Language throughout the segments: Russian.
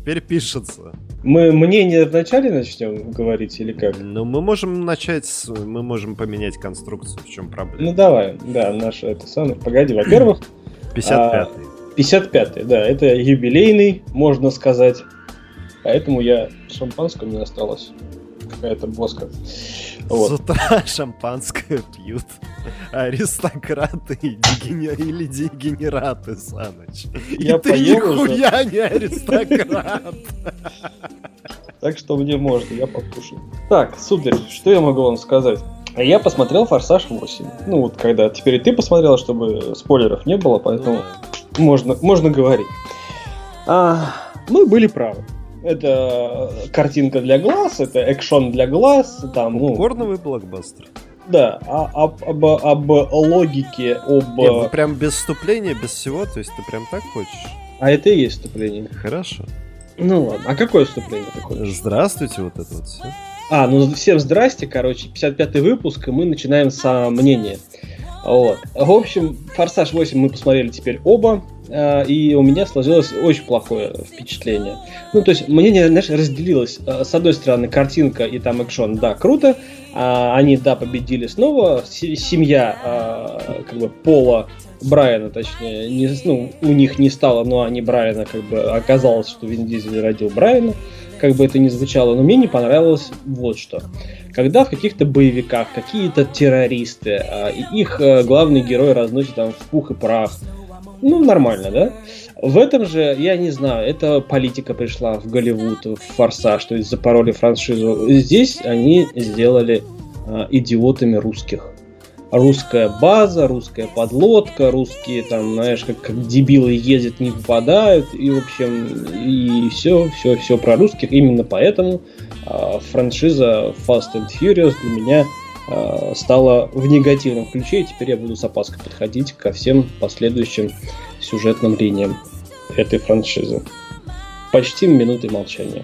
теперь пишется. Мы мнение вначале начнем говорить или как? Ну, мы можем мы можем поменять конструкцию, в чем проблема. Ну, давай, да, это самое. Погоди, во-первых... 55-й. 55-й, да, это юбилейный, можно сказать. Поэтому шампанского не осталось. Какая-то боска. Вот. С утра шампанское пьют аристократы или дегенераты, Саныч. И ты нихуя не аристократ. Так что мне можно, я покушаю. Так, сударь, что я могу вам сказать? Я посмотрел «Форсаж 8». Ну вот когда теперь и ты посмотрела, чтобы спойлеров не было, поэтому можно говорить. Мы были правы. Это картинка для глаз, это экшон для глаз. Попкорновый блокбастер. Да, об логике, Нет, прям без вступления, без всего, то есть ты прям так хочешь? А это и есть вступление. Хорошо. Ну ладно, а какое вступление ты хочешь? Здравствуйте, вот это вот все. Всем здрасте, 55-й выпуск, и мы начинаем с мнения. Вот. В общем, «Форсаж 8» мы посмотрели теперь оба, и у меня сложилось очень плохое впечатление. Ну, то есть, мнение, знаешь, разделилось. С одной стороны, картинка и там экшон, да, круто. Они, да, победили снова. Семья, Пола Брайана, точнее, у них не стало, но они Брайана, оказалось, что Вин Дизель родил Брайана. Как бы это ни звучало, но мне не понравилось вот что. Когда в каких-то боевиках какие-то террористы, их главный герой разносит там в пух и прах, нормально, да? В этом же, я не знаю, это политика пришла в Голливуд, в «Форсаж», то есть запороли франшизу. Здесь они сделали идиотами русских. Русская база, русская подлодка, русские там, знаешь, как дебилы ездят, не попадают, и, в общем, и все про русских. Именно поэтому франшиза Fast and Furious для меня стала в негативном ключе, и теперь я буду с опаской подходить ко всем последующим сюжетным линиям этой франшизы. Почти минуты молчания.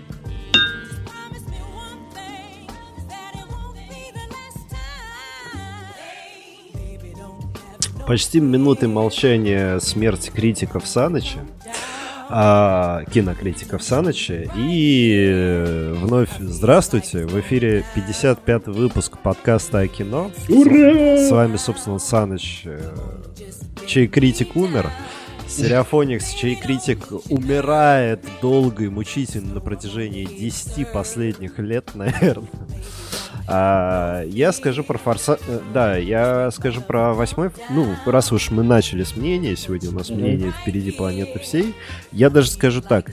Почти минуты молчания смерти критиков Саныча, кинокритиков Саныча. И вновь здравствуйте, в эфире 55-й выпуск подкаста о кино. Ура! С вами, собственно, Саныч, чей критик умер. Стереофоникс, чей критик умирает долго и мучительно на протяжении 10 последних лет, наверное. Я скажу про «Форсаж». Да, я скажу про 8. Раз уж мы начали с мнения, сегодня у нас мнение «Впереди планеты всей». Я даже скажу так.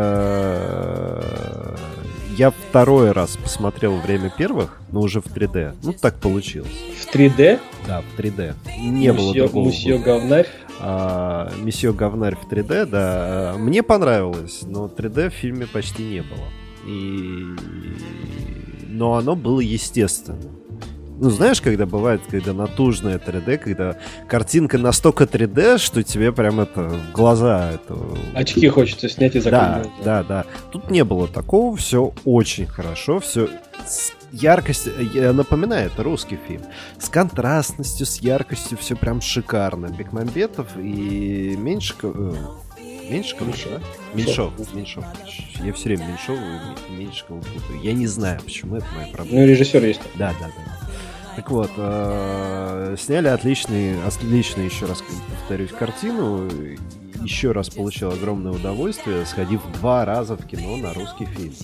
Я второй раз посмотрел «Время первых», но уже в 3D. Так получилось. В 3D? Да, в 3D. Не было другого. Месье Говнарь. Месье Говнарь в 3D, да. Мне понравилось, но 3D в фильме почти не было. Но оно было естественно. Знаешь, когда бывает, когда натужное 3D, когда картинка настолько 3D, что тебе прям глаза... Очки хочется снять и закрыть. Да. Тут не было такого, все очень хорошо, все яркость, напоминает русский фильм. С контрастностью, с яркостью, все прям шикарно. Бекмамбетов и Меньшиков, да? Меньшов. Я все время Меньшова и Меньшикова путаю. Я не знаю, почему, это моя проблема. Режиссер есть. Да. Так вот, сняли отличный, еще раз повторюсь, картину. Еще раз получил огромное удовольствие, сходив 2 раза в кино на русский фильм.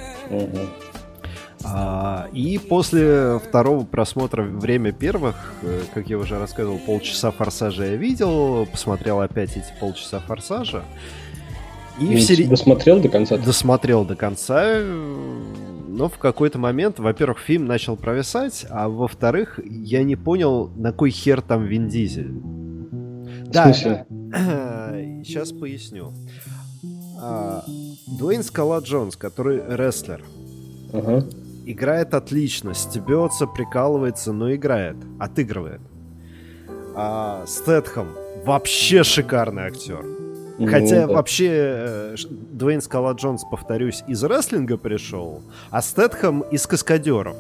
И после второго просмотра «Время первых», как я уже рассказывал, полчаса «Форсажа» я видел, посмотрел опять эти полчаса «Форсажа». Досмотрел до конца? Досмотрел до конца, но в какой-то момент, во-первых, фильм начал провисать, а во-вторых, я не понял, на кой хер там Вин Дизель. В смысле? Сейчас поясню. Дуэйн «Скала» Джонс, который рестлер, играет отлично, стебется, прикалывается, но играет, отыгрывает. Стэтхэм вообще шикарный актер. Хотя вообще Дуэйн «Скала» Джонс, повторюсь, из рестлинга пришел, а Стэтхэм из каскадеров.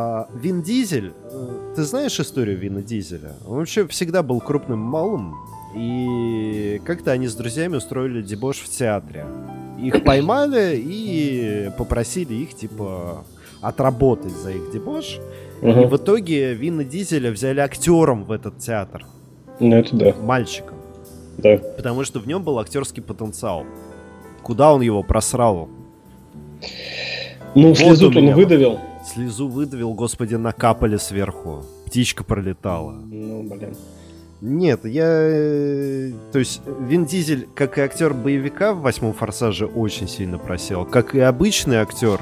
Вин Дизель, ты знаешь историю Вина Дизеля? Он вообще всегда был крупным малым, И как-то они с друзьями устроили дебош в театре. Их поймали и попросили их, типа, отработать за их дебош. И в итоге Вина Дизеля взяли актером в этот театр. Ну, это да. Мальчиком. Да. Потому что в нем был актерский потенциал. Куда он его просрал? Ну, вот слезу он выдавил. Слезу выдавил, господи, накапали сверху. Птичка пролетала. Ну, блин. Нет, то есть, Вин Дизель, как и актер боевика в «Восьмом форсаже», очень сильно просел. Как и обычный актер,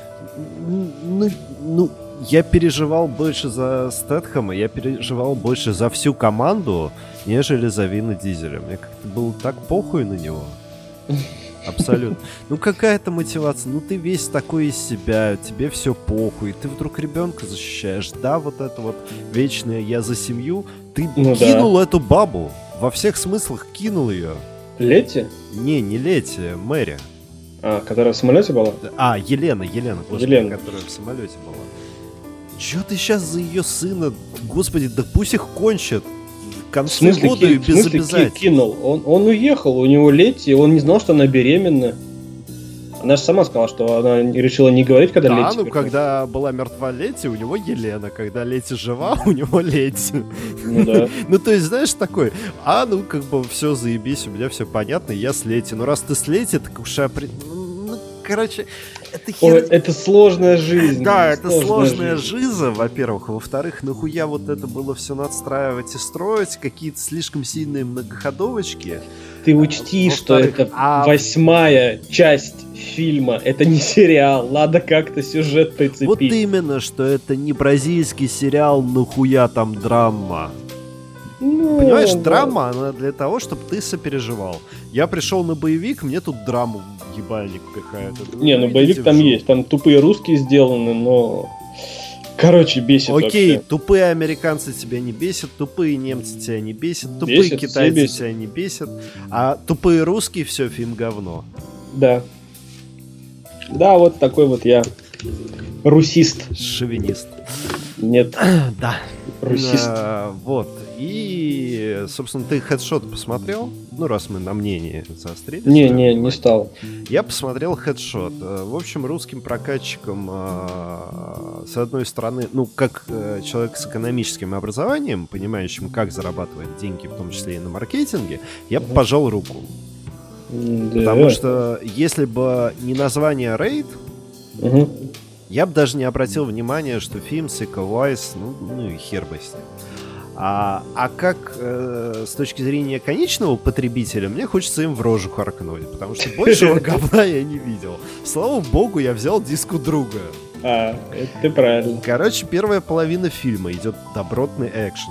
я переживал больше за Стэтхэма, я переживал больше за всю команду, нежели за Вина Дизеля. Мне как-то было так похуй на него. Абсолютно. Ну какая-то мотивация, ну ты весь такой из себя, тебе все похуй, ты вдруг ребенка защищаешь, да, вот это вот вечное «я за семью», ты кинул эту бабу, во всех смыслах кинул ее. Летти? Не Летти, Мэри. А, которая в самолете была? А, Елена, господи, которая в самолете была. Чё ты сейчас за ее сына, господи, да пусть их кончат. В конце года и без обязательств. Кинул? Он уехал, у него Летти, он не знал, что она беременна. Она же сама сказала, что она решила не говорить, когда Летти. Да, ну когда была мертва Летти, у него Елена. Когда Летти жива, у него Летти. Ну да. Ну то есть, знаешь, такой, ну как бы все, заебись, у меня все понятно, я с Летти. Ну раз ты с Летти, так уж короче, это это сложная жизнь. Да, это сложная жизнь, во-первых. Во-вторых, нахуя вот это было все надстраивать и строить, какие-то слишком сильные многоходовочки. Ты учти, что это 8-я часть фильма, это не сериал, надо как-то сюжет прицепить. Вот именно, что это не бразильский сериал, нахуя там драма. Ну, понимаешь, драма, она для того, чтобы ты сопереживал. Я пришел на боевик, мне тут драму ебальник пихает. Не, ну боевик там есть, там тупые русские сделаны, но... Короче, бесит. Окей, вообще. Тупые американцы тебя не бесят, тупые немцы тебя не бесят, тупые китайцы тебя не бесят, а тупые русские, все, фильм говно. Да. Да, вот такой вот я. Русист. Шовинист. Нет. Да. Русист. Вот. И, собственно, ты «Хедшот» посмотрел? Ну, раз мы на мнении заострились. Не стал. Я посмотрел «Хедшот». В общем, русским прокатчикам, с одной стороны, ну, как человек с экономическим образованием, понимающим, как зарабатывать деньги, в том числе и на маркетинге, я бы пожал руку. Да. Потому что, если бы не название «Рейд», я бы даже не обратил внимания, что фильм с Iko Uwais, ну и хер бы с ним. А как с точки зрения конечного потребителя, мне хочется им в рожу харкнуть, потому что большего говна я не видел. Слава богу, я взял диск у друга. Это ты правильно. Короче, первая половина фильма идет добротный экшен.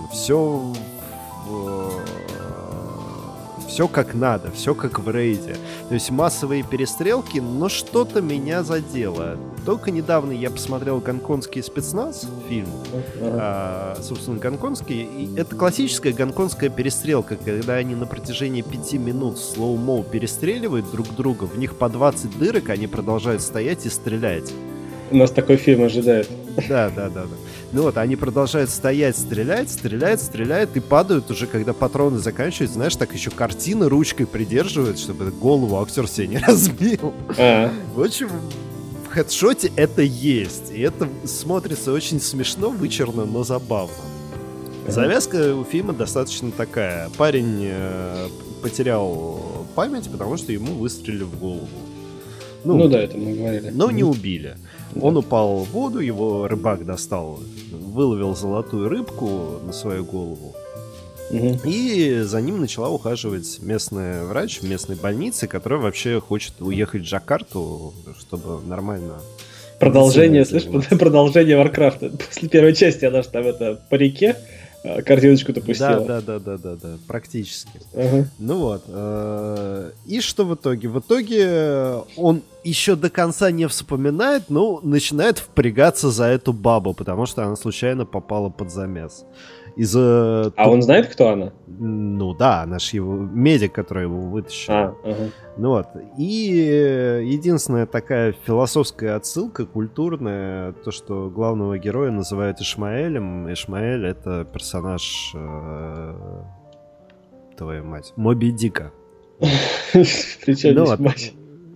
Все как надо, все как в рейде. То есть массовые перестрелки, но что-то меня задело. Только недавно я посмотрел «Гонконгский спецназ», фильм, собственно, гонконгский. И это классическая гонконгская перестрелка, когда они на протяжении 5 минут в слоу-моу перестреливают друг друга, в них по 20 дырок, они продолжают стоять и стрелять. У нас такой фильм ожидает. Да. Ну вот, они продолжают стоять, стреляют и падают уже, когда патроны заканчиваются. Знаешь, так еще картины ручкой придерживают, чтобы голову актер себе не разбил. В общем, в «Хедшоте» это есть. И это смотрится очень смешно, вычурно, но забавно. Завязка у фильма достаточно такая. Парень потерял память, потому что ему выстрелили в голову. Ну да, это мы говорили. Но не убили. Он упал в воду, его рыбак достал, выловил золотую рыбку на свою голову. И за ним начала ухаживать местная врач в местной больнице, которая вообще хочет уехать в Джакарту, чтобы нормально... Продолжение, слышь, продолжение Варкрафта. После первой части она же там по реке картиночку-то пустила. Да, практически. Ну вот. И что в итоге? В итоге он еще до конца не вспоминает, но начинает впрягаться за эту бабу, потому что она случайно попала под замес. Он знает, кто она? Ну да, она же его медик, который его вытащил. Ну вот. И единственная такая философская отсылка, культурная, то, что главного героя называют Ишмаэлем. Ишмаэль — это персонаж ёб твою мать. Моби Дика. Причем здесь мать.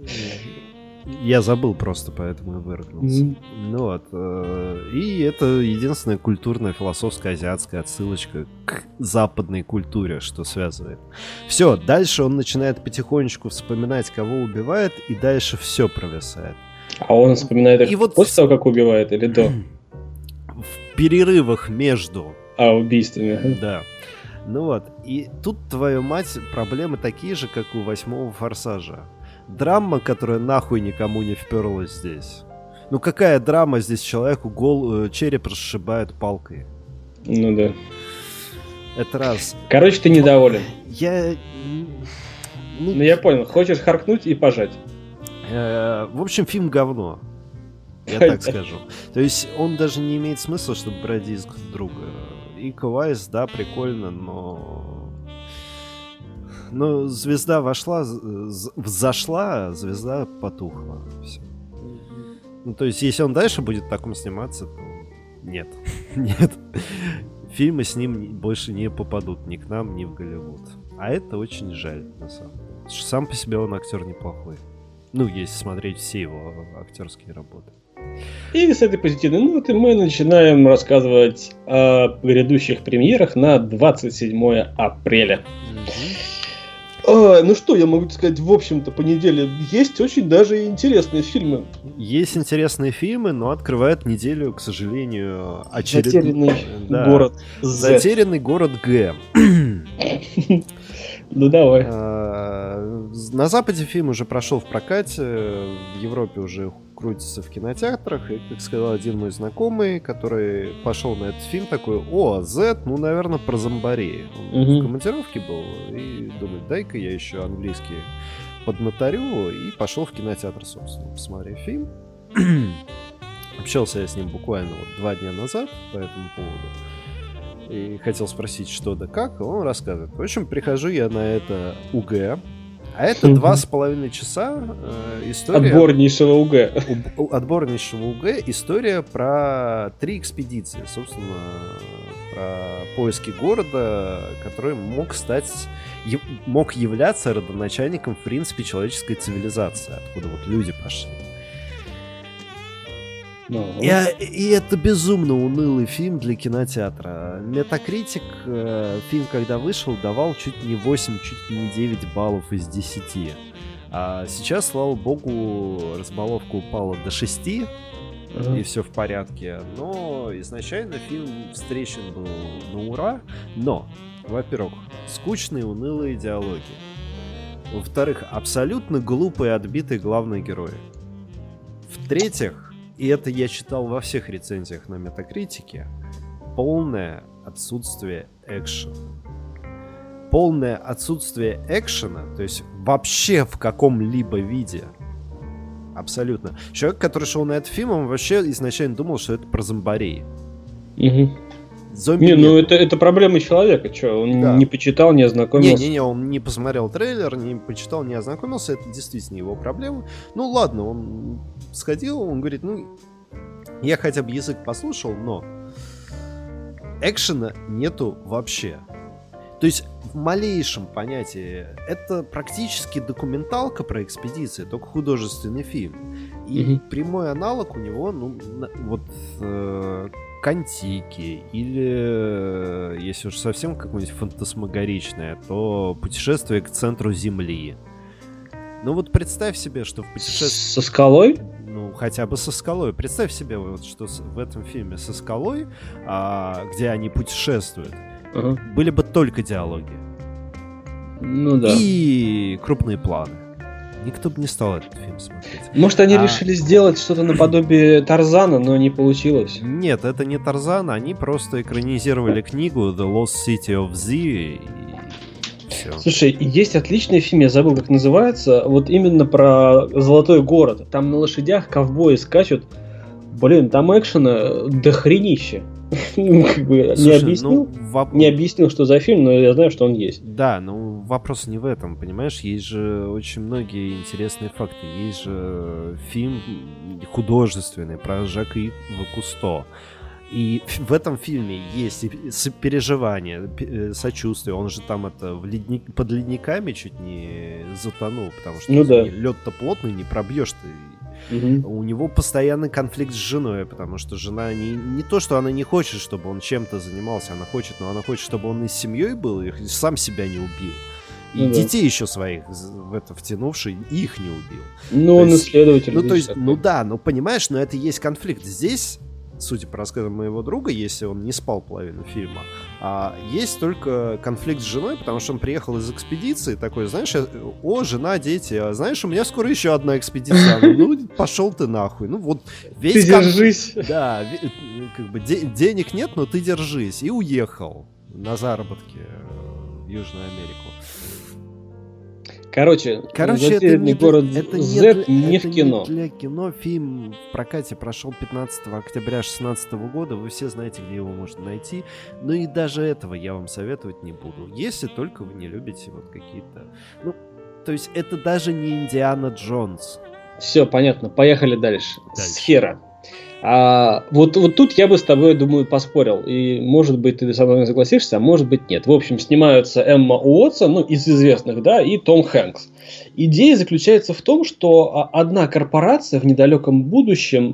Я забыл просто, поэтому и выругался. Ну вот. И это единственная культурная, философская, азиатская отсылочка к западной культуре, что связывает. Все, дальше он начинает потихонечку вспоминать, кого убивает, и дальше все провисает. А он вспоминает их вот после того, как убивает, или до? В перерывах между. Убийствами. Да. Ну вот. И тут, твою мать, проблемы такие же, как у 8-го «Форсажа». Драма, которая нахуй никому не вперлась здесь. Ну какая драма здесь? Человеку череп расшибают палкой. Ну да. Это раз. Короче, ты недоволен. Ну я понял. Хочешь харкнуть и пожать. В общем, фильм говно. Я так скажу. То есть он даже не имеет смысла, чтобы брать диск друга. И Квайс, да, прикольно, но... Ну, звезда взошла, а звезда потухла. Все. Ну, то есть, если он дальше будет в таком сниматься, то нет. Нет. Фильмы с ним больше не попадут ни к нам, ни в Голливуд. А это очень жаль, на самом деле. Потому что сам по себе он актер неплохой. Ну, если смотреть все его актерские работы. И с этой позитивной ноты мы начинаем рассказывать о грядущих премьерах на 27 апреля. Ну что я могу сказать, в общем-то, по неделе есть очень даже интересные фильмы. Есть интересные фильмы, но открывает неделю, к сожалению, Затерянный город Z. Затерянный город Г. Ну давай. На Западе фильм уже прошел в прокате, в Европе уже крутится в кинотеатрах, и, как сказал один мой знакомый, который пошел на этот фильм, такой: о, Z, ну, наверное, про зомбарей. Он в командировке был и думает, дай-ка я еще английский поднаторю, и пошел в кинотеатр, собственно, посмотреть фильм. Общался я с ним буквально 2 дня назад по этому поводу. И хотел спросить, что да как, он рассказывает. В общем, прихожу я на это УГ, а это 2,5 часа история... Отборнейшего УГ. Отборнейшего УГ. История про 3 экспедиции. Собственно, про поиски города, который мог являться родоначальником, в принципе, человеческой цивилизации. Откуда вот люди пошли. И это безумно унылый фильм для кинотеатра. Метакритик, фильм, когда вышел, давал чуть не 8, чуть не 9 баллов из 10. А сейчас, слава богу, разбаловка упала до 6, и все в порядке. Но изначально фильм встречен был на ура. Но, во-первых, скучные, унылые диалоги. Во-вторых, абсолютно глупые, отбитые главные герои. В-третьих, и это я читал во всех рецензиях на Метакритике, полное отсутствие экшена. Полное отсутствие экшена, то есть вообще в каком-либо виде. Абсолютно. Человек, который шел на этот фильм, он вообще изначально думал, что это про зомбарей. Зомби это проблема человека, что он не почитал, не ознакомился. Не, он не посмотрел трейлер, не почитал, не ознакомился, это действительно его проблема. Ну ладно, он сходил, он говорит, я хотя бы язык послушал, но экшена нету вообще. То есть в малейшем понятии это практически документалка про экспедиции, только художественный фильм. И прямой аналог у него, Контики, или, если уж совсем какое-нибудь фантасмагоричное, то путешествие к центру Земли. Ну вот представь себе, что в путешествии... Со скалой? Ну, хотя бы со скалой. Представь себе, вот, что в этом фильме со скалой, где они путешествуют, были бы только диалоги. Ну да. И крупные планы. Никто бы не стал этот фильм смотреть. Может, они решили сделать что-то наподобие Тарзана, но не получилось? Нет, это не Тарзан, они просто экранизировали книгу The Lost City of Z и все. Слушай, есть отличный фильм, я забыл, как называется, вот именно про Золотой город. Там на лошадях ковбои скачут. Блин, там экшена дохренище. Не объяснил, что за фильм, но я знаю, что он есть. Да, но вопрос не в этом, понимаешь? Есть же очень многие интересные факты. Есть же фильм художественный про Жака Ива Кусто. И в этом фильме есть и сопереживание, сочувствие. Он же там под ледниками чуть не затонул, потому что лед-то плотный, не пробьешь ты. У него постоянный конфликт с женой, потому что жена не то, что она не хочет, чтобы он чем-то занимался, она хочет, но она хочет, чтобы он и с семьей был, и сам себя не убил. И детей еще своих в это втянувший, их не убил. Ну, он исследователь. Ну, то есть, понимаешь, но это и есть конфликт. Здесь, судя по рассказам моего друга, если он не спал половину фильма, есть только конфликт с женой, потому что он приехал из экспедиции, такой, знаешь, жена, дети, а знаешь, у меня скоро еще одна экспедиция. Ну, пошел ты нахуй. Ну, вот весь... Ты держись. Да, как бы денег нет, но ты держись. И уехал на заработки в Южную Америку. Короче, это не город Z не в кино. Не для кино. Фильм в прокате прошел 15 октября 2016 года. Вы все знаете, где его можно найти. Но и даже этого я вам советовать не буду. Если только вы не любите вот какие-то... Ну, то есть это даже не Индиана Джонс. Все, понятно. Поехали дальше. Сфера. Вот тут я бы с тобой, думаю, поспорил. И, может быть, ты со мной согласишься, а может быть, нет. В общем, снимаются Эмма Уотсон, ну, из известных, да, и Том Хэнкс. Идея заключается в том, что одна корпорация в недалеком будущем...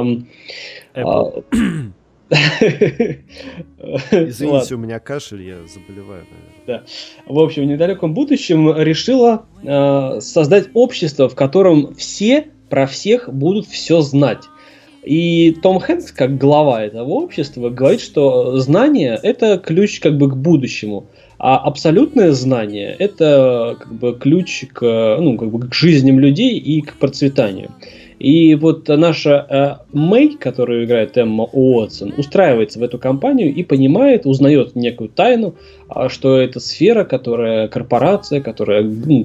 Извините, у меня кашель, я заболеваю, наверное. Да. В общем, в недалеком будущем решила создать общество, в котором все про всех будут все знать. И Том Хэнкс, как глава этого общества, говорит, что знание – это ключ как бы к будущему, а абсолютное знание – это как бы ключ к жизням людей и к процветанию. И вот наша Мэй, которую играет Эмма Уотсон, устраивается в эту компанию и понимает, узнает некую тайну, что это сфера, корпорация, которая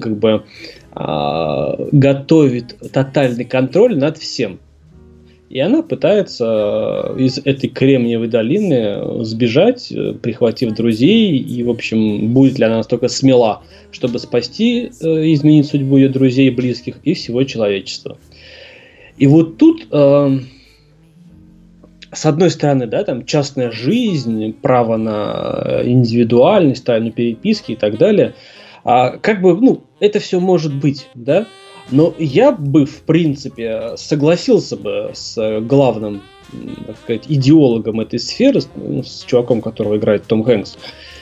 готовит тотальный контроль над всем. И она пытается из этой Кремниевой долины сбежать, прихватив друзей. И, в общем, будет ли она настолько смела, чтобы спасти, изменить судьбу ее друзей, близких и всего человечества. И вот тут, с одной стороны, да, там частная жизнь, право на индивидуальность, тайну переписки и так далее. Это все может быть, да. Но я бы, в принципе, согласился бы с главным, так сказать, идеологом этой сферы, с чуваком, которого играет Том Хэнкс.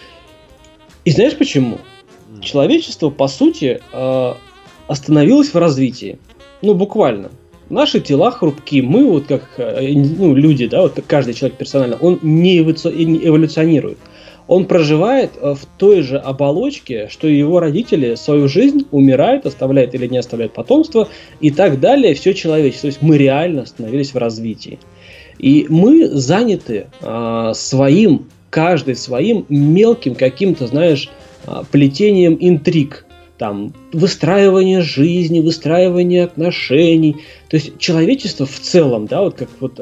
И знаешь почему? Человечество, по сути, остановилось в развитии. Ну, буквально. Наши тела хрупки. Мы, вот как люди, да, вот как каждый человек персонально, он не эволюционирует. Он проживает в той же оболочке, что и его родители свою жизнь, умирают, оставляют или не оставляют потомство и так далее, все человечество. То есть мы реально остановились в развитии. И мы заняты каждый своим мелким каким-то, знаешь, плетением интриг. Там, выстраивание жизни, выстраивание отношений. То есть человечество в целом, да, вот как вот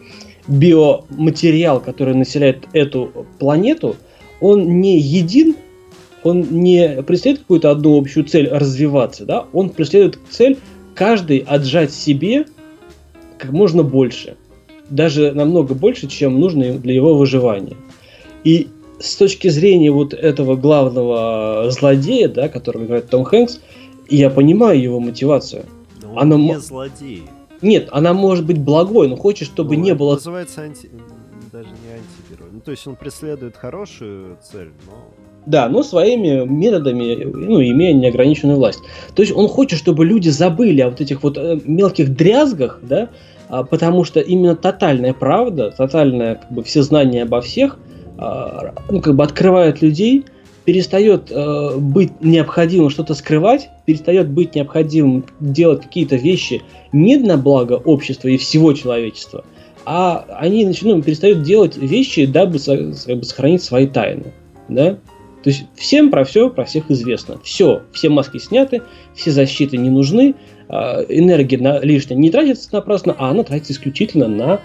биоматериал, который населяет эту планету, он не един, он не преследует какую-то одну общую цель развиваться, да? Он преследует цель каждый отжать себе как можно больше. Даже намного больше, чем нужно для его выживания. И с точки зрения вот этого главного злодея, да, которого играет Том Хэнкс, я понимаю его мотивацию. Но он не злодей. Нет, она может быть благой, но хочет, чтобы не было... Называется даже не антигерой. Ну, то есть он преследует хорошую цель, но... Да, но своими методами, имея неограниченную власть. То есть он хочет, чтобы люди забыли о вот этих вот мелких дрязгах, да, потому что именно тотальная правда, тотальное как бы всезнание обо всех, открывает людей, перестает быть необходимым что-то скрывать, перестает быть необходимым делать какие-то вещи не на благо общества и всего человечества, а они перестают делать вещи, дабы сохранить свои тайны. Да? То есть всем про всех известно. Все маски сняты, все защиты не нужны, энергия лишняя не тратится напрасно, а она тратится исключительно на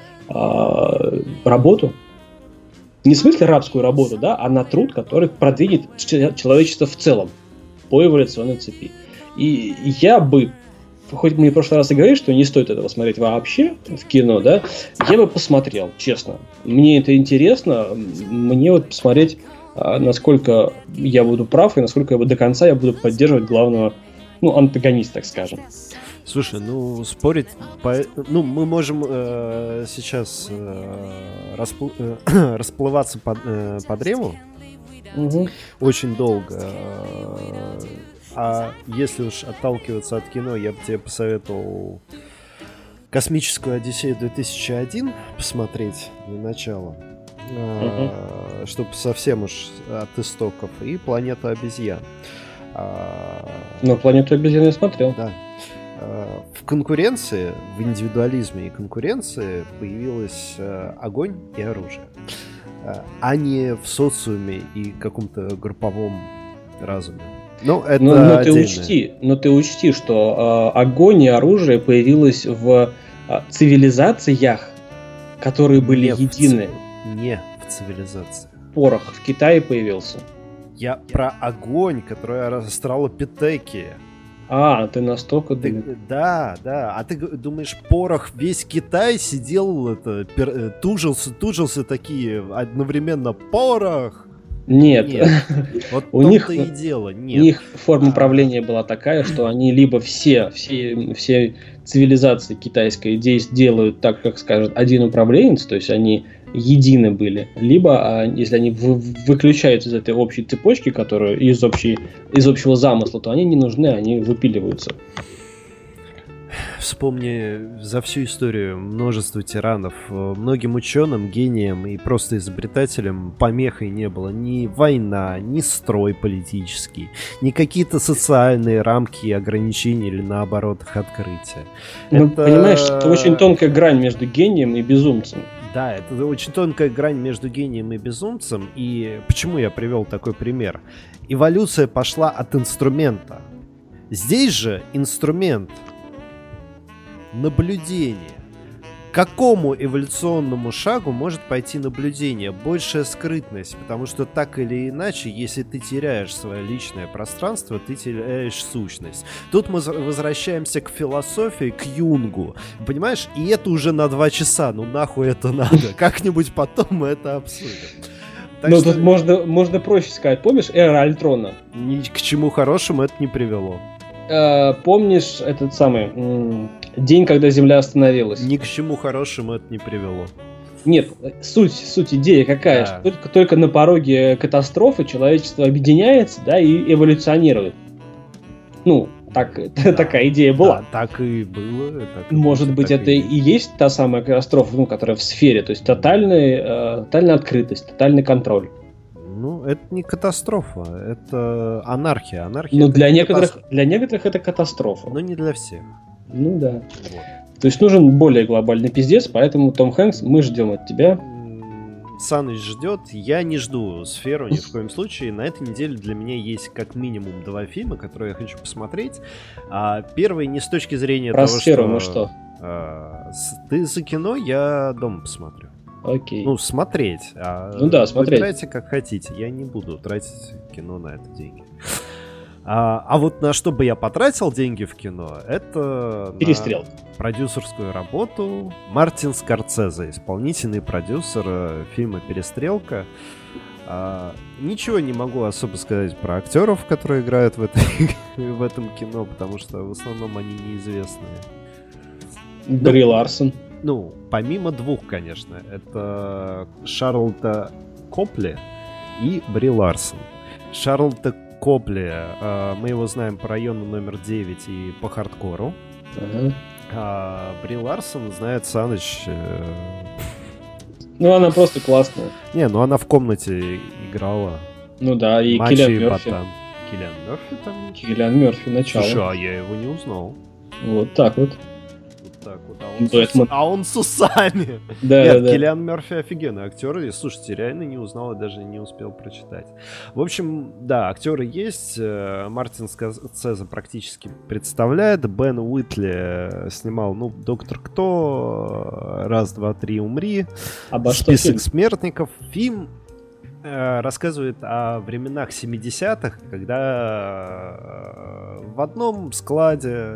работу. Не в смысле рабскую работу, да, а на труд, который продвинет человечество в целом по эволюционной цепи. И я бы хоть мы в прошлый раз и говорили, что не стоит этого смотреть вообще в кино, да, я бы посмотрел, честно. Мне это интересно, мне вот посмотреть, насколько я буду прав и насколько до конца я буду поддерживать главного, антагониста, так скажем. Слушай, спорить... мы можем сейчас расплываться по древу очень долго. А если уж отталкиваться от кино, я бы тебе посоветовал «Космическую Одиссею 2001» посмотреть для начала. Чтобы совсем уж от истоков. И «Планету обезьян». «Планету обезьян» я смотрел. Да. В конкуренции, в индивидуализме и конкуренции появилось огонь и оружие, а не в социуме и каком-то групповом разуме. Но ты учти, что огонь и оружие появилось в цивилизациях, которые были едины. Не в цивилизации. Порох в Китае появился. Я про огонь, который австралопитеки. Ты настолько... Да. А ты думаешь, порох, весь Китай сидел, тужился такие одновременно порох? Нет. Вот у них и дело. Нет. У них форма управления была такая, что они либо все цивилизации китайской делают так, как скажет один управленец, то есть они едины были, либо если они выключаются из этой общей цепочки, которая из общего замысла, то они не нужны, они выпиливаются. Вспомни за всю историю множество тиранов. Многим ученым, гениям и просто изобретателям помехой не было ни война, ни строй политический, ни какие-то социальные рамки и ограничения или наоборот их открытия. Понимаешь, это очень тонкая грань между гением и безумцем. Да, это очень тонкая грань между гением и безумцем. И почему я привел такой пример? Эволюция пошла от инструмента. Здесь же инструмент наблюдение. К какому эволюционному шагу может пойти наблюдение? Большая скрытность, потому что так или иначе, если ты теряешь свое личное пространство, ты теряешь сущность. Тут мы возвращаемся к философии, к Юнгу. Понимаешь? И это уже на 2 часа. Нахуй это надо. Как-нибудь потом мы это обсудим. Тут можно проще сказать. Помнишь эра Альтрона? Ни к чему хорошему это не привело. Помнишь этот самый день, когда Земля остановилась? Ни к чему хорошему это не привело. Нет, суть идея какая? Да. Что только на пороге катастрофы человечество объединяется, да, и эволюционирует. Такая идея была. Да, так и было. Может быть, это и есть та самая катастрофа, которая в сфере, то есть тотальная открытость, тотальный контроль. Это не катастрофа, это анархия. Для некоторых это катастрофа. Но не для всех. Да. Вот. То есть нужен более глобальный пиздец, поэтому, Том Хэнкс, мы ждем от тебя. Саныч ждет, я не жду «Сферу» ни в коем случае. На этой неделе для меня есть как минимум 2 фильма, которые я хочу посмотреть. Первый не с точки зрения про того, «Сферу» что... Ты за кино, я дома посмотрю. Окей. Смотреть. Смотреть. Выбирайте как хотите. Я не буду тратить кино на это деньги. А вот на что бы я потратил деньги в кино, это Перестрелка. На продюсерскую работу. Мартин Скорсезе, исполнительный продюсер фильма «Перестрелка». Ничего не могу особо сказать про актеров, которые играют в этом кино, потому что в основном они неизвестные. Бри Ларсон. Помимо 2, конечно. Это Шарлотта Копли и Бри Ларсон. Шарлотта Копли, мы его знаем по району номер 9 и по хардкору. Бри Ларсон знает Саныч... она просто классная. Она в «Комнате» играла. И Киллиан Мёрфи. Киллиан Мёрфи там? Киллиан Мёрфи, начало. Слушай, я его не узнал. Вот так вот. Он с усами. Да. Киллиан Мёрфи офигенный актер. И, слушайте, реально не узнал и даже не успел прочитать. В общем, да, актеры есть. Мартин Скорсезе практически представляет. Бен Уитли снимал, «Доктор Кто», «Раз, два, три, умри», «Список смертников». Фильм рассказывает о временах 70-х, когда в одном складе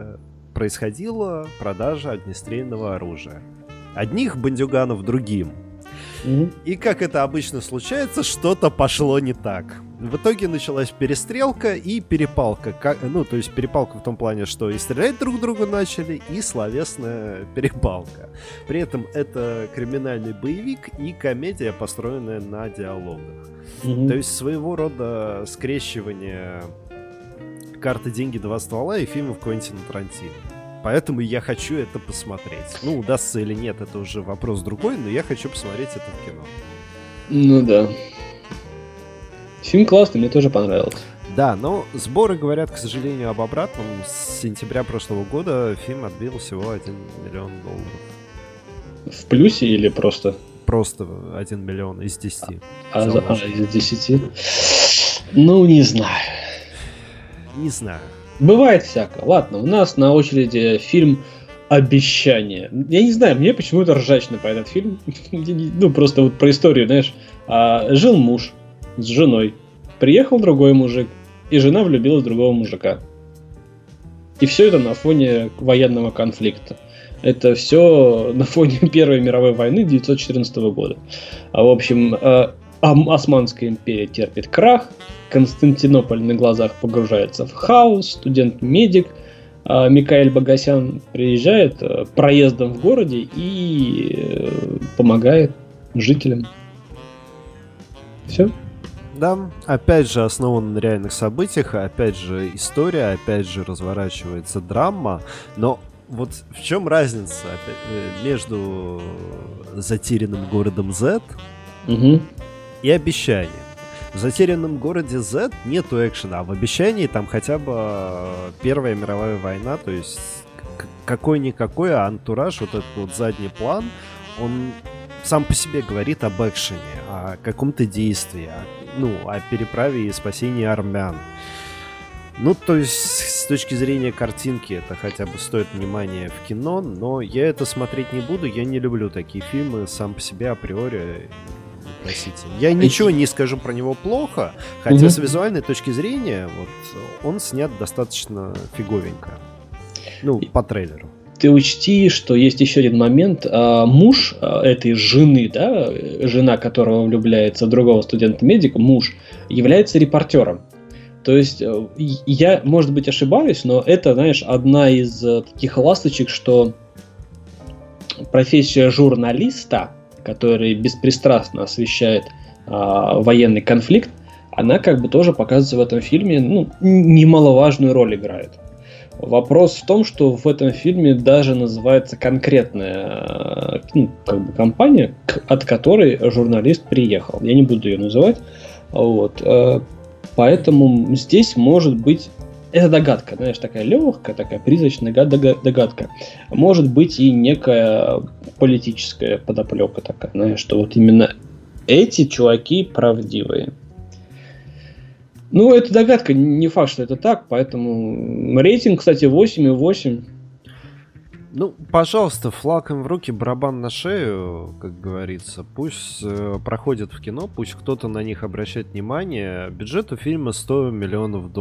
происходила продажа огнестрельного оружия. Одних бандюганов другим. И как это обычно случается, что-то пошло не так. В итоге началась перестрелка и перепалка. То есть перепалка в том плане, что и стрелять друг друга начали, и словесная перепалка. При этом это криминальный боевик и комедия, построенная на диалогах. То есть своего рода скрещивание «Карты, деньги, два ствола» и фильмов Квентина Тарантино. Поэтому я хочу это посмотреть. Ну, удастся или нет, это уже вопрос другой, но я хочу посмотреть это в кино. Ну да. Фильм классный, мне тоже понравился. Да, но сборы говорят, к сожалению, об обратном. С сентября прошлого года фильм отбил всего $1 миллион. В плюсе или просто? Просто 1 миллион из 10. Из 10? Ну, не знаю. Не знаю. Бывает всяко. Ладно, у нас на очереди фильм «Обещание». Я не знаю, мне почему-то ржачно по этот фильм. Ну, просто вот про историю, знаешь. Жил муж с женой. Приехал другой мужик, и жена влюбилась в другого мужика. И все это на фоне военного конфликта. Это все на фоне Первой мировой войны 1914 года. В общем, Османская империя терпит крах, Константинополь на глазах погружается в хаос, студент-медик Микаэль Богосян приезжает проездом в городе и помогает жителям. Все? Да, опять же основан на реальных событиях, опять же история, опять же разворачивается драма, но вот в чем разница между «Затерянным городом Z» и «Обещанием»? В «Затерянном городе Z» нету экшена, а в «Обещании» там хотя бы Первая мировая война, то есть какой-никакой, а антураж, вот этот вот задний план, он сам по себе говорит об экшене, о каком-то действии, о переправе и спасении армян. Ну, то есть, с точки зрения картинки, это хотя бы стоит внимания в кино, но я это смотреть не буду, я не люблю такие фильмы сам по себе априори. Простите. Я ничего не скажу про него плохо, хотя с визуальной точки зрения вот, он снят достаточно фиговенько. Ну, по трейлеру. Ты учти, что есть еще один момент. Муж этой жены, да, жена которого влюбляется в другого студента-медика, муж, является репортером. То есть, я, может быть, ошибаюсь, но это, знаешь, одна из таких ласточек, что профессия журналиста, который беспристрастно освещает военный конфликт, она как бы тоже показывается в этом фильме, немаловажную роль играет. Вопрос в том, что в этом фильме даже называется конкретная компания, от которой журналист приехал. Я не буду ее называть. Вот. Поэтому здесь может быть... Это догадка, знаешь, такая легкая, такая призрачная догадка. Может быть и некая политическая подоплека такая, знаешь, что вот именно эти чуваки правдивые. Ну, это догадка, не факт, что это так, поэтому рейтинг, кстати, 8,8. Ну, пожалуйста, флаг им в руки, барабан на шею, как говорится. Пусть проходят в кино, пусть кто-то на них обращает внимание. Бюджет у фильма $100 миллионов.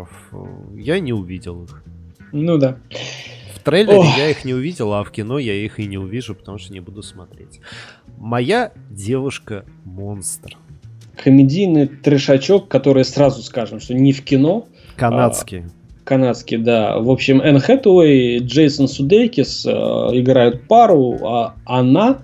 Я не увидел их. Ну да. В трейлере я их не увидел, а в кино я их и не увижу, потому что не буду смотреть. «Моя девушка-монстр». Комедийный трешачок, который, сразу скажем, что не в кино. Канадский. Канадский, да. В общем, Энн Хэтэуэй, Джейсон Судейкис играют пару, а она...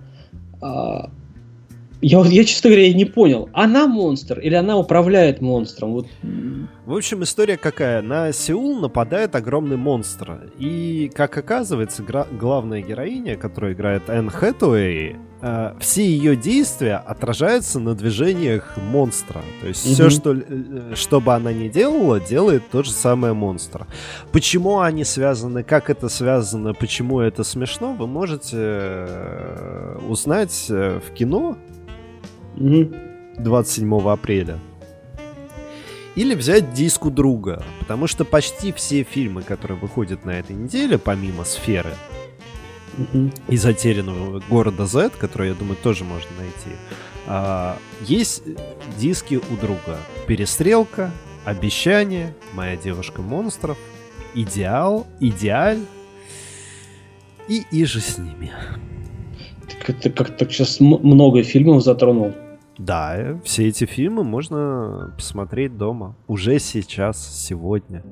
Я, честно говоря, не понял, она монстр или она управляет монстром? Вот. В общем, история какая? На Сеул нападает огромный монстр. И, как оказывается, главная героиня, которая играет Энн Хэтэуэй, все ее действия отражаются на движениях монстра. То есть все, что бы она ни делала, делает то же самое монстр. Почему они связаны, как это связано, почему это смешно, вы можете узнать в кино 27 апреля. Или взять диск у друга. Потому что почти все фильмы, которые выходят на этой неделе, помимо «Сферы» и «Затерянного города Z», который, я думаю, тоже можно найти, есть диски у друга. «Перестрелка», «Обещание», «Моя девушка монстров», «Идеаль», И иже с ними. Ты как-то сейчас много фильмов затронул. Да, все эти фильмы можно посмотреть дома. Уже сейчас, сегодня.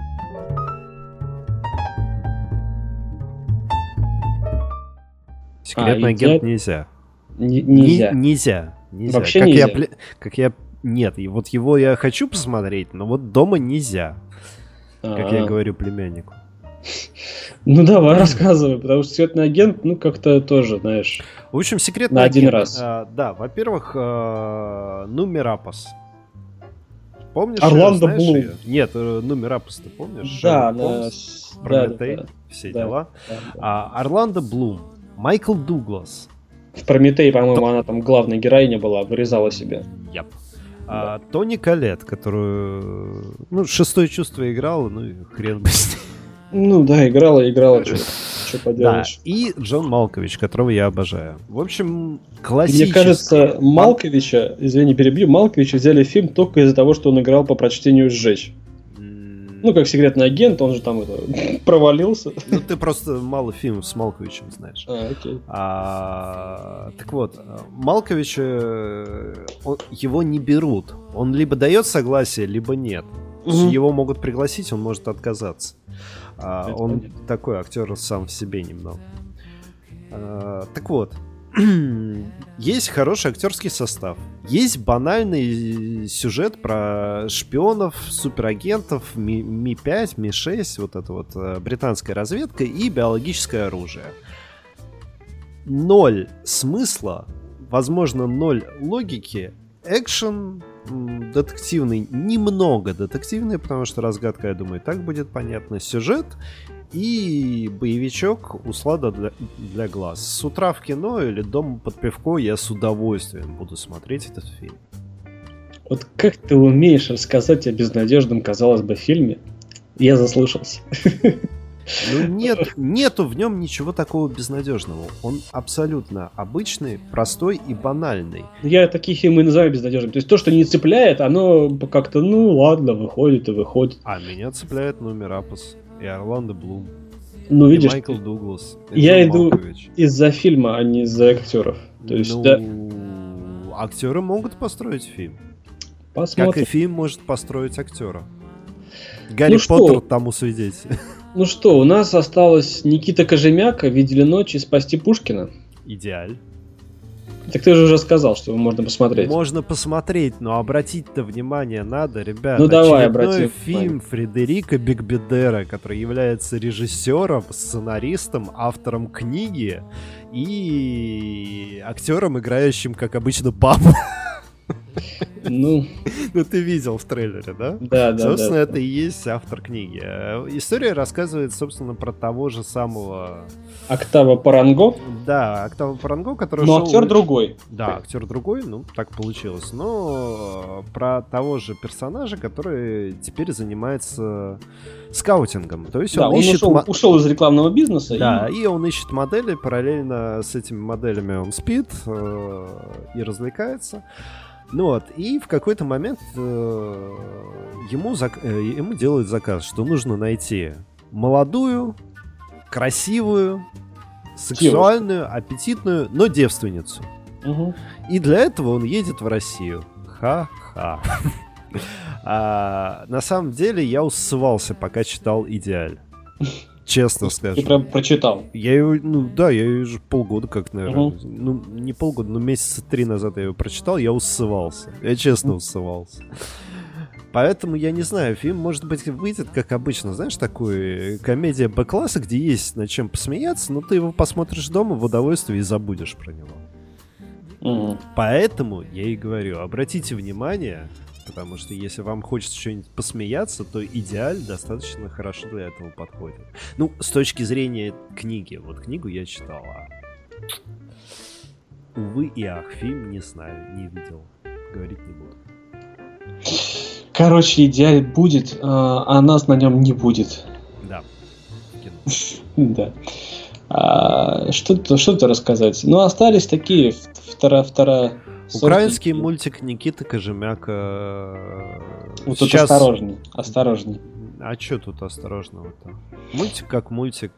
Секретный агент нельзя. Нельзя. Вообще нельзя. Нет, и вот его я хочу посмотреть, но вот дома нельзя. Как я говорю племяннику. Ну давай, рассказывай, потому что секретный агент, ну как-то тоже, знаешь. В общем, секретный агент. На один раз. Да, во-первых, Нумерапос. Помнишь? Орландо Блум. Нет, Нумерапос, ты помнишь? Да, Прометей, все дела. Орландо Блум, Майкл Дуглас. В Прометее, по-моему, она там главная героиня была, вырезала себе. Да. Тони Коллетт, которую, «Шестое чувство» играла, ну и хрен бы с ней. Ну да, играла, что поделаешь. Да, и Джон Малкович, которого я обожаю. В общем, классический... Мне кажется, Малковича, извини, перебью, Малковича взяли в фильм только из-за того, что он играл по прочтению «Сжечь». Ну, как секретный агент, он же там провалился. Ну, ты просто мало фильмов с Малковичем знаешь. Окей. Так вот, Малковича, его не берут. Он либо дает согласие, либо нет. Его могут пригласить, он может отказаться. Он такой актер сам в себе немного. Так вот, есть хороший актерский состав. Есть банальный сюжет про шпионов, суперагентов, Ми-5, Ми-6, вот это вот британская разведка и биологическое оружие. 0 смысла, возможно, 0 логики, экшен детективный, немного детективный, потому что разгадка, я думаю, и так будет понятна. Сюжет и боевичок услада для глаз. С утра в кино или дома под пивко я с удовольствием буду смотреть этот фильм. Вот как ты умеешь рассказать о безнадежном, казалось бы, фильме? Я заслышался. Ну нету в нем ничего такого безнадежного. Он абсолютно обычный, простой и банальный. Я такие фильмы называю безнадежными. То есть то, что не цепляет, оно как-то, ладно, выходит и выходит. А меня цепляет Нумерапос и Орландо Блум. Ну, видишь, Майкл Дуглас. Я иду из-за фильма, а не из-за актеров. То есть, актеры могут построить фильм. Посмотрим. Как и фильм может построить актера. Гарри Поттер тому свидетель. Ну что, у нас осталось Никита Кожемяка, «Видели ночь» и «Спасти Пушкина». Идеаль. Так ты же уже сказал, что можно посмотреть. Можно посмотреть, но обратить-то внимание надо, ребята. Ну давай, очередной фильм Фредерико Бигбедера, который является режиссером, сценаристом, автором книги и актером, играющим, как обычно, папу. Ну, ты видел в трейлере, да? Да. Собственно, это и есть автор книги. История рассказывает, собственно, про того же самого... Октава Паранго? Да, Октава Паранго, который Но актер другой. Да, актер другой, так получилось. Но про того же персонажа, который теперь занимается скаутингом. То есть он ушел из рекламного бизнеса. Да, и он ищет модели, параллельно с этими моделями он спит и развлекается. И в какой-то момент ему делают заказ, что нужно найти молодую, красивую, сексуальную, аппетитную, но девственницу. Угу. И для этого он едет в Россию. Ха-ха. На самом деле я уссывался, пока читал «Идеаль». Честно скажу. Ты прям прочитал? Я ее, я ее уже полгода как, наверное. Не полгода, но месяца 3 назад я ее прочитал, я уссывался. Я честно уссывался. Поэтому я не знаю, фильм, может быть, выйдет, как обычно, знаешь, такой комедия Б-класса, где есть над чем посмеяться, но ты его посмотришь дома в удовольствие и забудешь про него. Поэтому я и говорю, обратите внимание, потому что если вам хочется что-нибудь посмеяться, то «Идеаль» достаточно хорошо для этого подходит. С точки зрения книги. Вот книгу я читал, увы и ах, фильм не знаю, не видел. Говорить не буду. Короче, «Идеаль» будет, а нас на нем не будет. Да. Да. Что-то рассказать? Остались такие вторая... Украинский мультик Никиты Кожемяка. Вот тут осторожней. А что тут осторожного-то? Мультик как мультик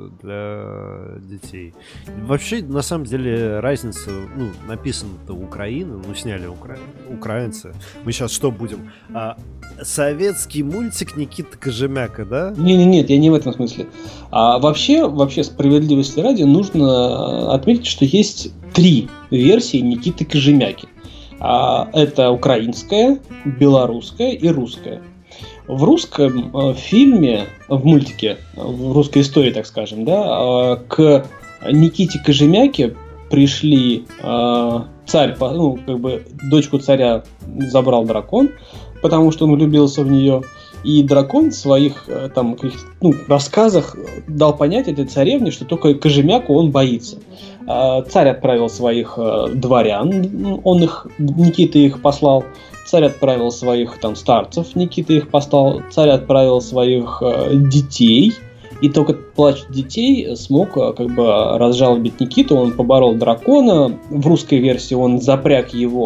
для детей. Вообще, на самом деле, разница, написано-то Украина, сняли украинцы. Мы сейчас что будем? Советский мультик Никиты Кожемяка, да? Нет, я не в этом смысле. А вообще, справедливости ради, нужно отметить, что есть 3 версии Никиты Кожемяки. Это украинская, белорусская и русская. В русском фильме, в мультике, в русской истории, так скажем, да, к Никите Кожемяке пришли царь, дочку царя забрал дракон, потому что он влюбился в нее. И дракон в своих рассказах дал понять этой царевне, что только Кожемяку он боится. Царь отправил своих дворян, Никита их послал. Царь отправил своих старцев, Никита их послал. Царь отправил своих детей. И только плач детей смог разжалобить Никиту. Он поборол дракона. В русской версии он запряг его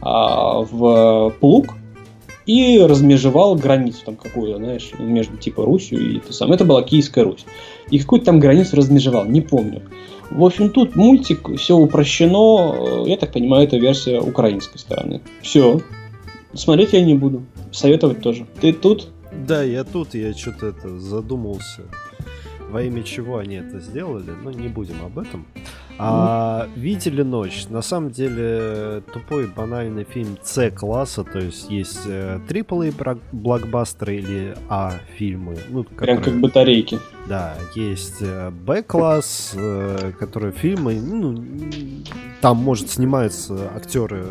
в плуг и размежевал границу какую-то, знаешь, между Русью и это была Киевская Русь. И какую-то там границу размежевал, не помню. В общем, тут мультик, все упрощено. Я так понимаю, это версия украинской стороны. Все. Смотреть я не буду. Советовать тоже. Ты тут? Да, я тут. Я что-то задумался. Во имя чего они это сделали, но не будем об этом. Видели «Ночь»? На самом деле тупой банальный фильм С-класса, то есть AAA блокбастеры или А-фильмы. Прям как батарейки. Да, есть Б-класс, которые фильмы, там, может, снимаются актеры,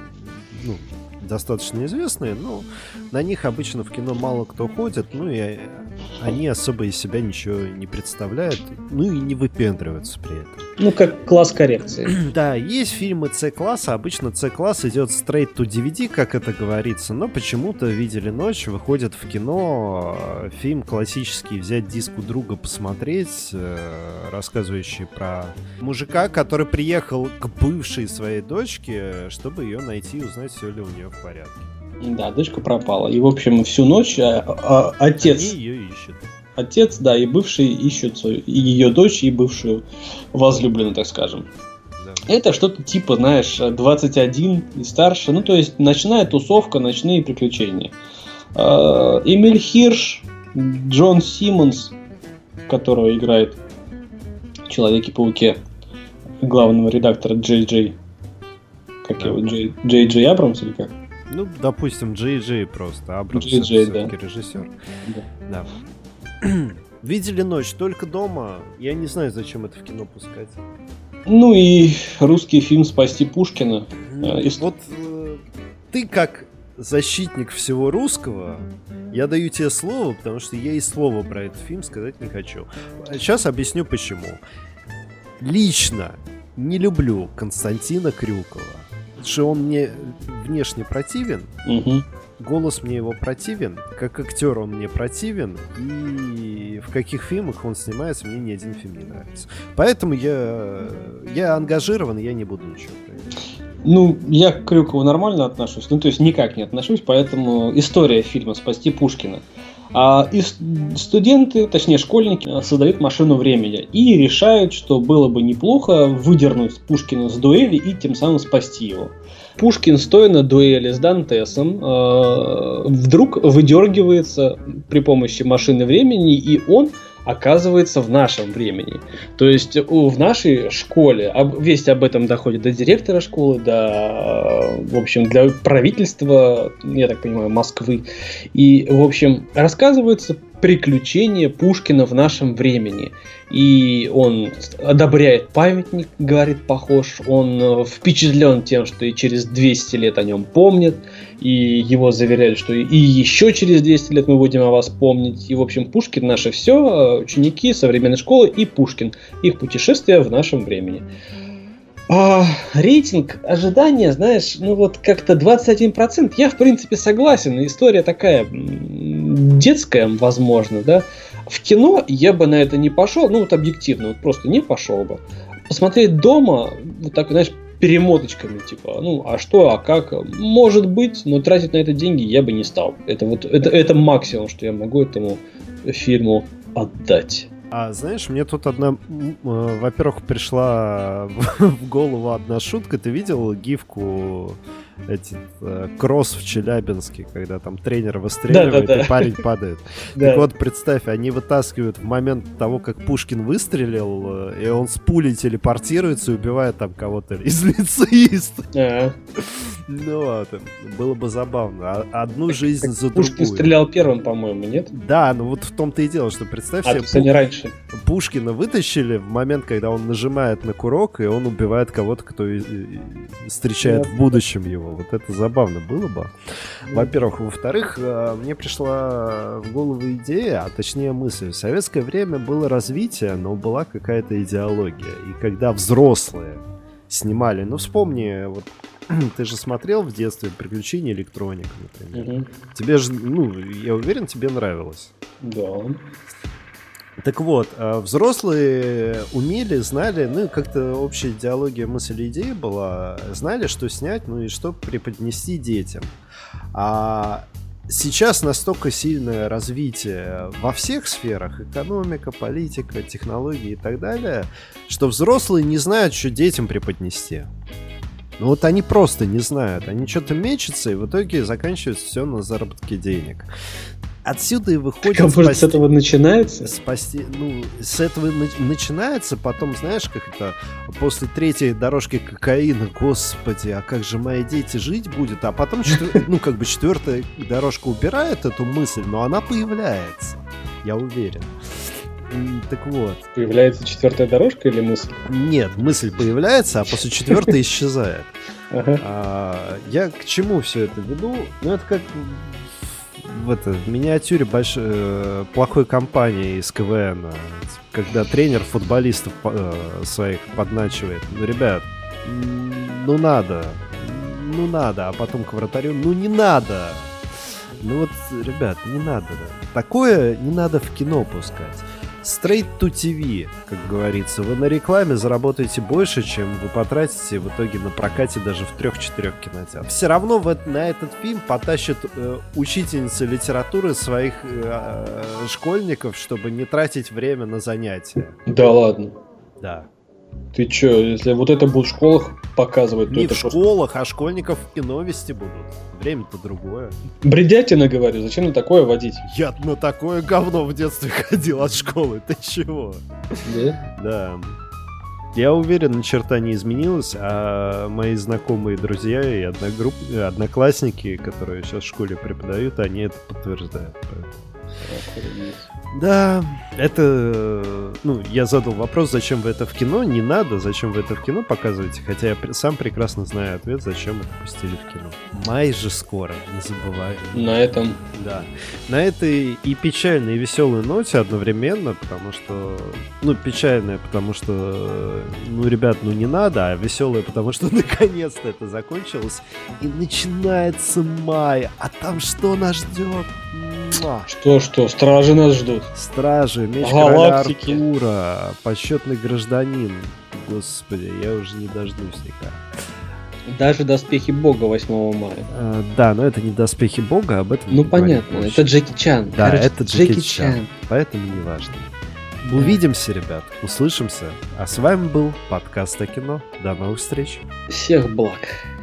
достаточно известные, но на них обычно в кино мало кто ходит, и они особо из себя ничего не представляют, и не выпендриваются при этом. Как класс коррекции. Да, есть фильмы С-класса, обычно С-класс идет straight to DVD, как это говорится, но почему-то «Видели ночь» выходит в кино фильм классический, взять диск у друга посмотреть, рассказывающий про мужика, который приехал к бывшей своей дочке, чтобы ее найти и узнать, все ли у нее в порядке. Да, дочка пропала. И, в общем, всю ночь отец... Они ее ищут. Отец, да, и бывший ищут свою, и ее дочь, и бывшую возлюбленную, так скажем. Да. Это что-то типа, знаешь, 21 и старше. То есть ночная тусовка, ночные приключения. Эмиль Хирш, Джон Симмонс, которого играет в «Человеке-пауке», главного редактора Джей Джей. Как его? Джей Джей Абрамс или как? Допустим, Джей Джей просто. Абрамс все-таки режиссер. Да. «Видели ночь» только дома. Я не знаю, зачем это в кино пускать. И русский фильм «Спасти Пушкина». Ты как защитник всего русского, я даю тебе слово, потому что я и слова про этот фильм сказать не хочу. Сейчас объясню почему. Лично не люблю Константина Крюкова. Что он мне внешне противен, голос мне его противен, как актер он мне противен, и в каких фильмах он снимается, мне ни один фильм не нравится. Поэтому я ангажирован, я не буду ничего проверять. Я к Крюкову нормально отношусь, то есть никак не отношусь, поэтому история фильма «Спасти Пушкина». И студенты, точнее школьники, создают машину времени и решают, что было бы неплохо выдернуть Пушкина с дуэли и тем самым спасти его. Пушкин, стоя на дуэли с Дантесом, вдруг выдергивается при помощи машины времени, и он оказывается в нашем времени. То есть в нашей школе весть об этом доходит до директора школы, для правительства, я так понимаю, Москвы. И, в общем, рассказываются приключения Пушкина в нашем времени. И он одобряет памятник, говорит, похож. Он впечатлен тем, что и через 200 лет о нем помнят. И его заверяют, что и еще через 200 лет мы будем о вас помнить. И, в общем, Пушкин наше все, ученики современной школы и Пушкин. Их путешествия в нашем времени. Рейтинг ожидания, знаешь, как-то 21%. Я, в принципе, согласен. История такая детская, возможно, да. В кино я бы на это не пошел, объективно, просто не пошел бы. Посмотреть дома, перемоточками, типа, а что, а как? Может быть, но тратить на это деньги я бы не стал. Это максимум, что я могу этому фильму отдать. А знаешь, мне тут во-первых, пришла в голову одна шутка. Ты видел гифку кросс в Челябинске, когда там тренер выстреливает, и парень падает? Так вот, представь, они вытаскивают в момент того, как Пушкин выстрелил, и он с пулей телепортируется и убивает там кого-то из лицеистов. Ну вот, было бы забавно. Одну жизнь за другую. Пушкин стрелял первым, по-моему, нет? Да, ну вот в том-то и дело, что представь себе... они раньше. Пушкина вытащили в момент, когда он нажимает на курок, и он убивает кого-то, кто встречает в будущем его. Вот это забавно было бы. Во-первых. Во-вторых, мне пришла в голову идея, а точнее мысль. В советское время было развитие, но была какая-то идеология. И когда взрослые снимали... Вспомни, вот ты же смотрел в детстве «Приключения электроника», например. Тебе же, я уверен, тебе нравилось. Да. Так вот, взрослые умели, знали, как-то общая идеология, мысль и идея была, знали, что снять, и что преподнести детям. А сейчас настолько сильное развитие во всех сферах, экономика, политика, технологии и так далее, что взрослые не знают, что детям преподнести. Они просто не знают. Они что-то мечутся, и в итоге заканчивается все на заработке денег. Отсюда и выходит... Может, с этого начинается? С этого начинается, потом, знаешь, как это, после третьей дорожки кокаина, господи, а как же мои дети жить будут? А потом, четвертая дорожка убирает эту мысль, но она появляется, я уверен. Так вот. Появляется четвертая дорожка или мысль? Нет, мысль появляется, а после четвертой исчезает. Я к чему все это веду? Это как... в миниатюре плохой компании из КВН, когда тренер футболистов своих подначивает. Ребят, надо, а потом к вратарю, не надо. Ребят, не надо. Такое не надо в кино пускать. Straight to TV, как говорится. Вы на рекламе заработаете больше, чем вы потратите в итоге на прокате даже в 3-4 кинотеатрах. Все равно на этот фильм потащат учительницы литературы своих школьников, чтобы не тратить время на занятия. Да ладно? Да. Ты чё, если вот это будут в школах показывать, то не это в школах, а школьников в кино вести будут. Время-то другое. Бредятина, говорю, зачем на такое водить? Я на такое говно в детстве ходил от школы, ты чего? Да? Да. Я уверен, ни черта не изменилось, а мои знакомые друзья и одноклассники, которые сейчас в школе преподают, они это подтверждают. Да, это... я задал вопрос, зачем вы это в кино? Не надо, зачем вы это в кино показываете? Хотя я сам прекрасно знаю ответ, зачем это пустили в кино. Май же скоро, не забывай. На этом... Да. На этой и печальной, и веселой ноте одновременно, потому что... печальная, потому что... ребят, не надо, а веселая, потому что наконец-то это закончилось. И начинается май, а там что нас ждет? Что? Стражи нас ждут. Стражи, меч короля Артура, почетный гражданин. Господи, я уже не дождусь никак. Даже доспехи бога 8 мая. Да, но это не доспехи бога, об этом понятно, это Джеки Чан. Да, это Джеки Чан, поэтому не важно. Увидимся, ребят, услышимся. А с вами был подкаст о кино. До новых встреч. Всех благ.